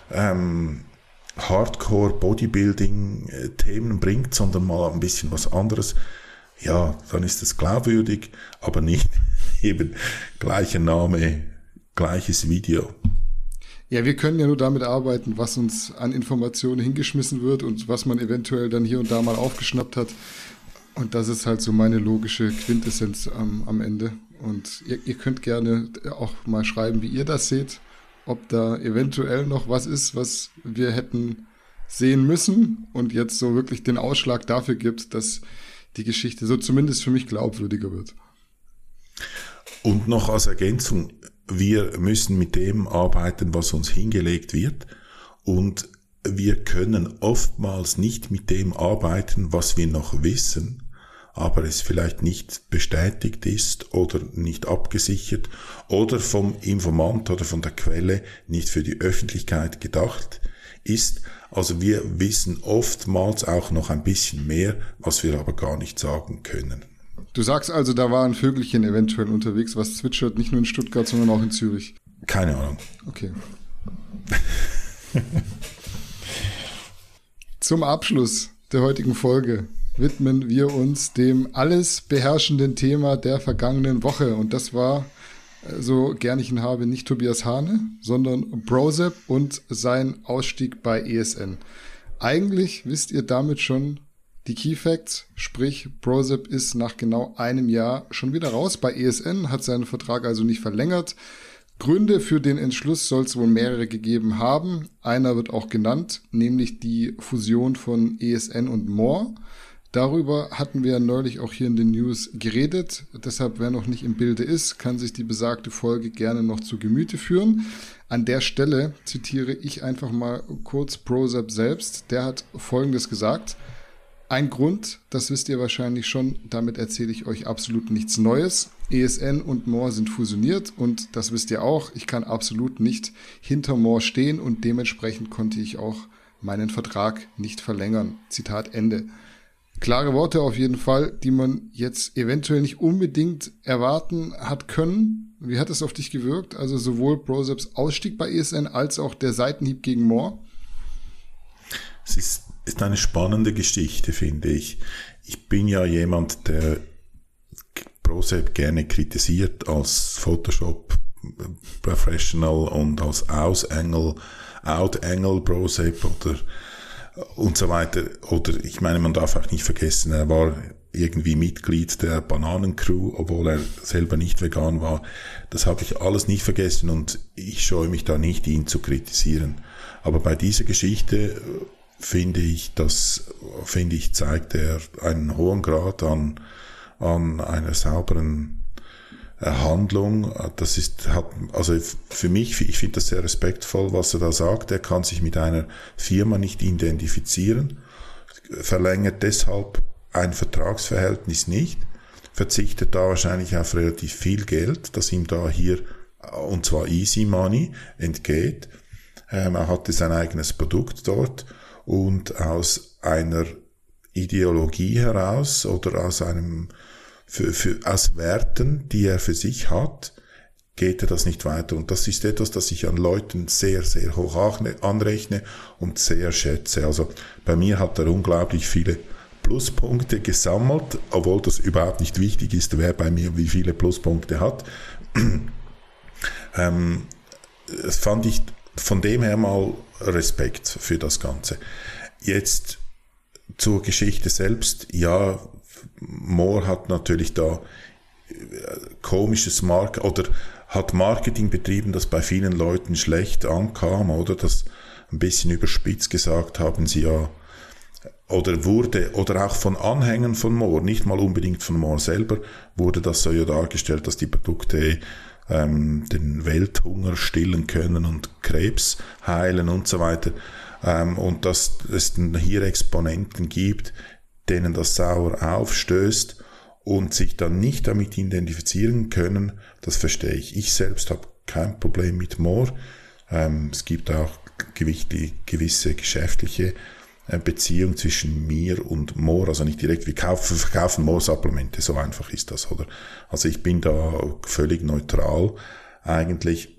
Hardcore-Bodybuilding-Themen bringt, sondern mal ein bisschen was anderes. Ja, dann ist es glaubwürdig, aber nicht eben gleicher Name, gleiches Video. Ja, wir können ja nur damit arbeiten, was uns an Informationen hingeschmissen wird und was man eventuell dann hier und da mal aufgeschnappt hat. Und das ist halt so meine logische Quintessenz am Ende. Und ihr könnt gerne auch mal schreiben, wie ihr das seht, ob da eventuell noch was ist, was wir hätten sehen müssen und jetzt so wirklich den Ausschlag dafür gibt, dass die Geschichte so zumindest für mich glaubwürdiger wird. Und noch als Ergänzung, wir müssen mit dem arbeiten, was uns hingelegt wird, und wir können oftmals nicht mit dem arbeiten, was wir noch wissen, aber es vielleicht nicht bestätigt ist oder nicht abgesichert oder vom Informant oder von der Quelle nicht für die Öffentlichkeit gedacht ist. Also wir wissen oftmals auch noch ein bisschen mehr, was wir aber gar nicht sagen können. Du sagst also, da war ein Vögelchen eventuell unterwegs, was zwitschert, nicht nur in Stuttgart, sondern auch in Zürich. Keine Ahnung. Okay. Zum Abschluss der heutigen Folge widmen wir uns dem alles beherrschenden Thema der vergangenen Woche. Und das war, so gern ich ihn habe, nicht Tobias Hane, sondern Brosep und sein Ausstieg bei ESN. Eigentlich wisst ihr damit schon die Key Facts, sprich Brosep ist nach genau einem Jahr schon wieder raus bei ESN, hat seinen Vertrag also nicht verlängert. Gründe für den Entschluss soll es wohl mehrere gegeben haben. Einer wird auch genannt, nämlich die Fusion von ESN und More. Darüber hatten wir neulich auch hier in den News geredet. Deshalb, wer noch nicht im Bilde ist, kann sich die besagte Folge gerne noch zu Gemüte führen. An der Stelle zitiere ich einfach mal kurz Brosep selbst. Der hat Folgendes gesagt: Ein Grund, das wisst ihr wahrscheinlich schon, damit erzähle ich euch absolut nichts Neues. ESN und More sind fusioniert und das wisst ihr auch. Ich kann absolut nicht hinter More stehen und dementsprechend konnte ich auch meinen Vertrag nicht verlängern. Zitat Ende. Klare Worte auf jeden Fall, die man jetzt eventuell nicht unbedingt erwarten hat können. Wie hat es auf dich gewirkt? Also sowohl Broseps Ausstieg bei ESN als auch der Seitenhieb gegen More? Es ist eine spannende Geschichte, finde ich. Ich bin ja jemand, der Brosep gerne kritisiert als Photoshop Professional und als Out-Angle Brosep oder und so weiter. Oder ich meine, man darf auch nicht vergessen, er war irgendwie Mitglied der Bananencrew, obwohl er selber nicht vegan war. Das habe ich alles nicht vergessen und ich scheue mich da nicht, ihn zu kritisieren. Aber bei dieser Geschichte finde ich, zeigt er einen hohen Grad an einer sauberen Handlung. Also für mich, ich finde das sehr respektvoll, was er da sagt. Er kann sich mit einer Firma nicht identifizieren, verlängert deshalb ein Vertragsverhältnis nicht, verzichtet da wahrscheinlich auf relativ viel Geld, das ihm da hier, und zwar Easy Money, entgeht. Er hatte sein eigenes Produkt dort. Und aus einer Ideologie heraus oder aus aus Werten, die er für sich hat, geht er das nicht weiter. Und das ist etwas, das ich an Leuten sehr, sehr hoch anrechne und sehr schätze. Also bei mir hat er unglaublich viele Pluspunkte gesammelt, obwohl das überhaupt nicht wichtig ist, wer bei mir wie viele Pluspunkte hat. Das fand ich von dem her mal Respekt für das Ganze. Jetzt zur Geschichte selbst. Ja, More hat natürlich da komisches hat Marketing betrieben, das bei vielen Leuten schlecht ankam, oder? Das ein bisschen überspitzt gesagt haben sie ja, oder auch von Anhängern von More, nicht mal unbedingt von More selber, wurde das so ja dargestellt, dass die Produkte den Welthunger stillen können und Krebs heilen und so weiter. Und dass es hier Exponenten gibt, denen das sauer aufstößt und sich dann nicht damit identifizieren können, das verstehe ich. Ich selbst habe kein Problem mit More. Es gibt auch gewisse geschäftliche Beziehung zwischen mir und More, also nicht direkt, wir verkaufen More-Supplemente, so einfach ist das, oder? Also ich bin da völlig neutral eigentlich,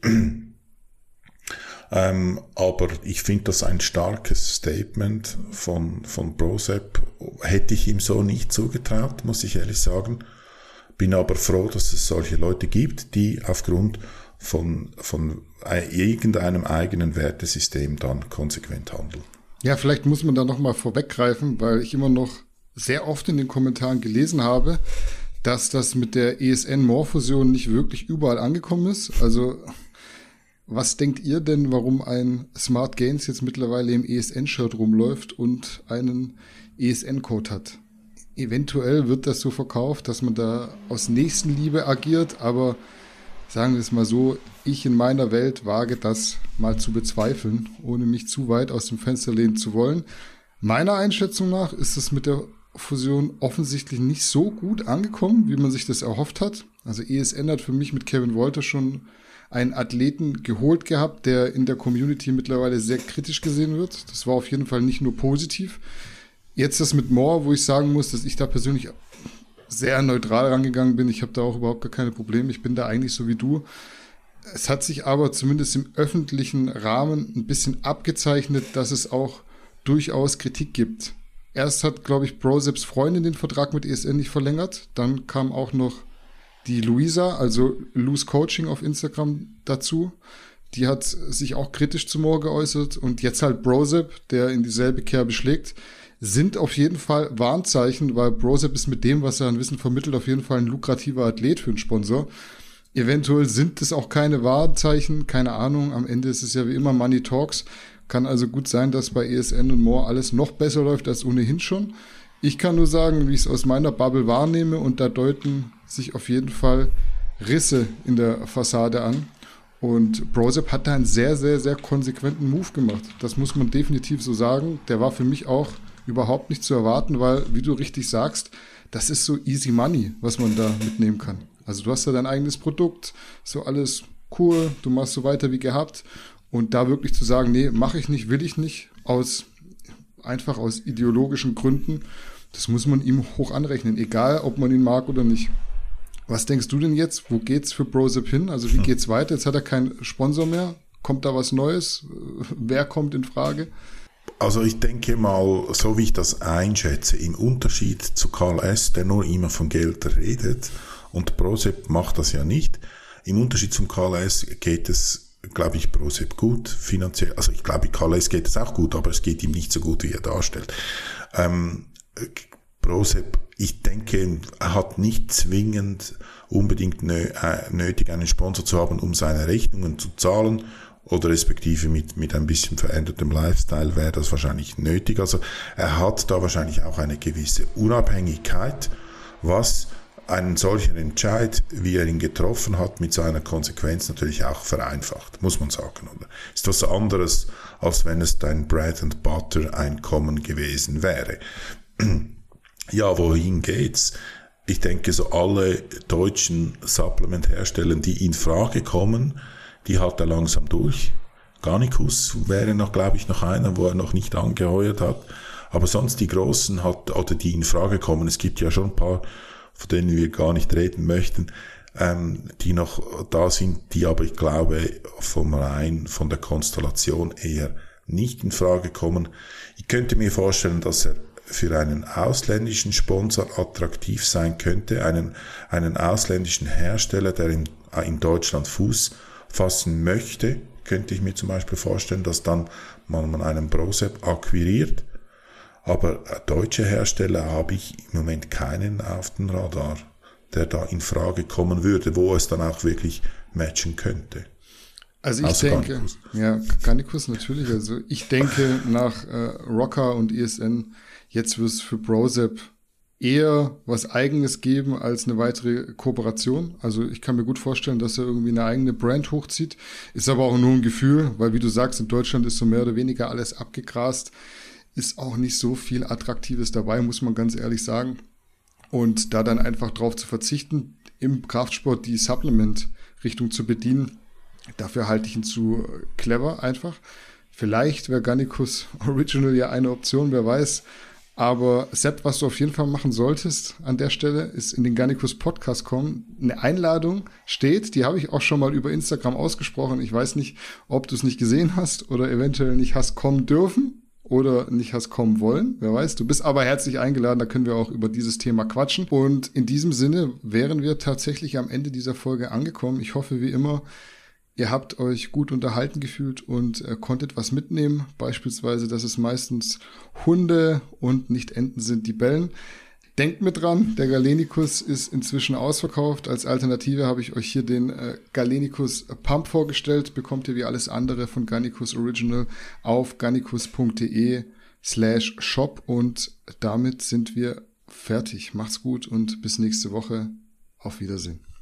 aber ich finde das ein starkes Statement von Brosep, hätte ich ihm so nicht zugetraut, muss ich ehrlich sagen, bin aber froh, dass es solche Leute gibt, die aufgrund von irgendeinem eigenen Wertesystem dann konsequent handeln. Ja, vielleicht muss man da nochmal vorweggreifen, weil ich immer noch sehr oft in den Kommentaren gelesen habe, dass das mit der ESN-More-Fusion nicht wirklich überall angekommen ist. Also was denkt ihr denn, warum ein Smart Gains jetzt mittlerweile im ESN-Shirt rumläuft und einen ESN-Code hat? Eventuell wird das so verkauft, dass man da aus Nächstenliebe agiert, aber sagen wir es mal so, ich in meiner Welt wage das mal zu bezweifeln, ohne mich zu weit aus dem Fenster lehnen zu wollen. Meiner Einschätzung nach ist es mit der Fusion offensichtlich nicht so gut angekommen, wie man sich das erhofft hat. Also ESN hat für mich mit Kevin Wolter schon einen Athleten geholt gehabt, der in der Community mittlerweile sehr kritisch gesehen wird. Das war auf jeden Fall nicht nur positiv. Jetzt das mit More, wo ich sagen muss, dass ich da persönlich sehr neutral rangegangen bin. Ich habe da auch überhaupt gar keine Probleme. Ich bin da eigentlich so wie du. Es hat sich aber zumindest im öffentlichen Rahmen ein bisschen abgezeichnet, dass es auch durchaus Kritik gibt. Erst hat, glaube ich, Broseps Freundin den Vertrag mit ESN nicht verlängert. Dann kam auch noch die Luisa, also Loose Coaching auf Instagram dazu. Die hat sich auch kritisch zu More geäußert. Und jetzt halt Brosep, der in dieselbe Kerbe schlägt, sind auf jeden Fall Warnzeichen, weil Brosep ist mit dem, was er an Wissen vermittelt, auf jeden Fall ein lukrativer Athlet für einen Sponsor. Eventuell sind es auch keine Warnzeichen, keine Ahnung. Am Ende ist es ja wie immer Money Talks. Kann also gut sein, dass bei ESN und More alles noch besser läuft als ohnehin schon. Ich kann nur sagen, wie ich es aus meiner Bubble wahrnehme, und da deuten sich auf jeden Fall Risse in der Fassade an. Und Brosep hat da einen sehr, sehr, sehr konsequenten Move gemacht. Das muss man definitiv so sagen. Der war für mich auch überhaupt nicht zu erwarten, weil, wie du richtig sagst, das ist so easy money, was man da mitnehmen kann. Also du hast ja dein eigenes Produkt, so alles cool, du machst so weiter wie gehabt und da wirklich zu sagen, nee, mache ich nicht, will ich nicht, einfach aus ideologischen Gründen, das muss man ihm hoch anrechnen, egal ob man ihn mag oder nicht. Was denkst du denn jetzt? Wo geht's für Brosep hin? Also wie geht's weiter? Jetzt hat er keinen Sponsor mehr. Kommt da was Neues? Wer kommt in Frage? Also ich denke mal, so wie ich das einschätze, im Unterschied zu Karl S., der nur immer von Geld redet, und Brosep macht das ja nicht, im Unterschied zum Karl S. geht es, glaube ich, Brosep gut finanziell. Also ich glaube, Karl S. geht es auch gut, aber es geht ihm nicht so gut, wie er darstellt. Brosep, ich denke, er hat nicht zwingend unbedingt nötig, einen Sponsor zu haben, um seine Rechnungen zu zahlen, oder respektive mit ein bisschen verändertem Lifestyle wäre das wahrscheinlich nötig. Also er hat da wahrscheinlich auch eine gewisse Unabhängigkeit, was einen solchen Entscheid, wie er ihn getroffen hat, mit seiner Konsequenz natürlich auch vereinfacht, muss man sagen. Oder? Ist was anderes, als wenn es dein Bread-and-Butter-Einkommen gewesen wäre. Ja, wohin geht's? Ich denke, so alle deutschen Supplement-Hersteller, die in Frage kommen, die hat er langsam durch. Garnicus wäre noch, glaube ich, noch einer, wo er noch nicht angeheuert hat. Aber sonst die Großen oder die in Frage kommen, es gibt ja schon ein paar, von denen wir gar nicht reden möchten, die noch da sind, die aber, ich glaube, von der Konstellation eher nicht in Frage kommen. Ich könnte mir vorstellen, dass er für einen ausländischen Sponsor attraktiv sein könnte, einen ausländischen Hersteller, der in Deutschland Fuß fassen möchte, könnte ich mir zum Beispiel vorstellen, dass dann man einen Brosep akquiriert. Aber deutsche Hersteller habe ich im Moment keinen auf dem Radar, der da in Frage kommen würde, wo es dann auch wirklich matchen könnte. Also ich denke, Garnicus. Ja, Garnicus natürlich. Also ich denke nach Rocker und ESN, jetzt wird es für Brosep eher was Eigenes geben als eine weitere Kooperation. Also ich kann mir gut vorstellen, dass er irgendwie eine eigene Brand hochzieht. Ist aber auch nur ein Gefühl, weil wie du sagst, in Deutschland ist so mehr oder weniger alles abgegrast. Ist auch nicht so viel Attraktives dabei, muss man ganz ehrlich sagen. Und da dann einfach drauf zu verzichten, im Kraftsport die Supplement-Richtung zu bedienen, dafür halte ich ihn zu clever einfach. Vielleicht wäre Garnicus Original ja eine Option, wer weiß. Aber Sepp, was du auf jeden Fall machen solltest an der Stelle, ist in den Garnicus Podcast kommen. Eine Einladung steht, die habe ich auch schon mal über Instagram ausgesprochen. Ich weiß nicht, ob du es nicht gesehen hast oder eventuell nicht hast kommen dürfen oder nicht hast kommen wollen. Wer weiß, du bist aber herzlich eingeladen, da können wir auch über dieses Thema quatschen. Und in diesem Sinne wären wir tatsächlich am Ende dieser Folge angekommen. Ich hoffe, wie immer, ihr habt euch gut unterhalten gefühlt und konntet was mitnehmen. Beispielsweise, dass es meistens Hunde und nicht Enten sind, die bellen. Denkt mit dran, der Galenicus ist inzwischen ausverkauft. Als Alternative habe ich euch hier den Galenicus Pump vorgestellt. Bekommt ihr wie alles andere von Garnicus Original auf garnicus.de/shop. Und damit sind wir fertig. Macht's gut und bis nächste Woche. Auf Wiedersehen.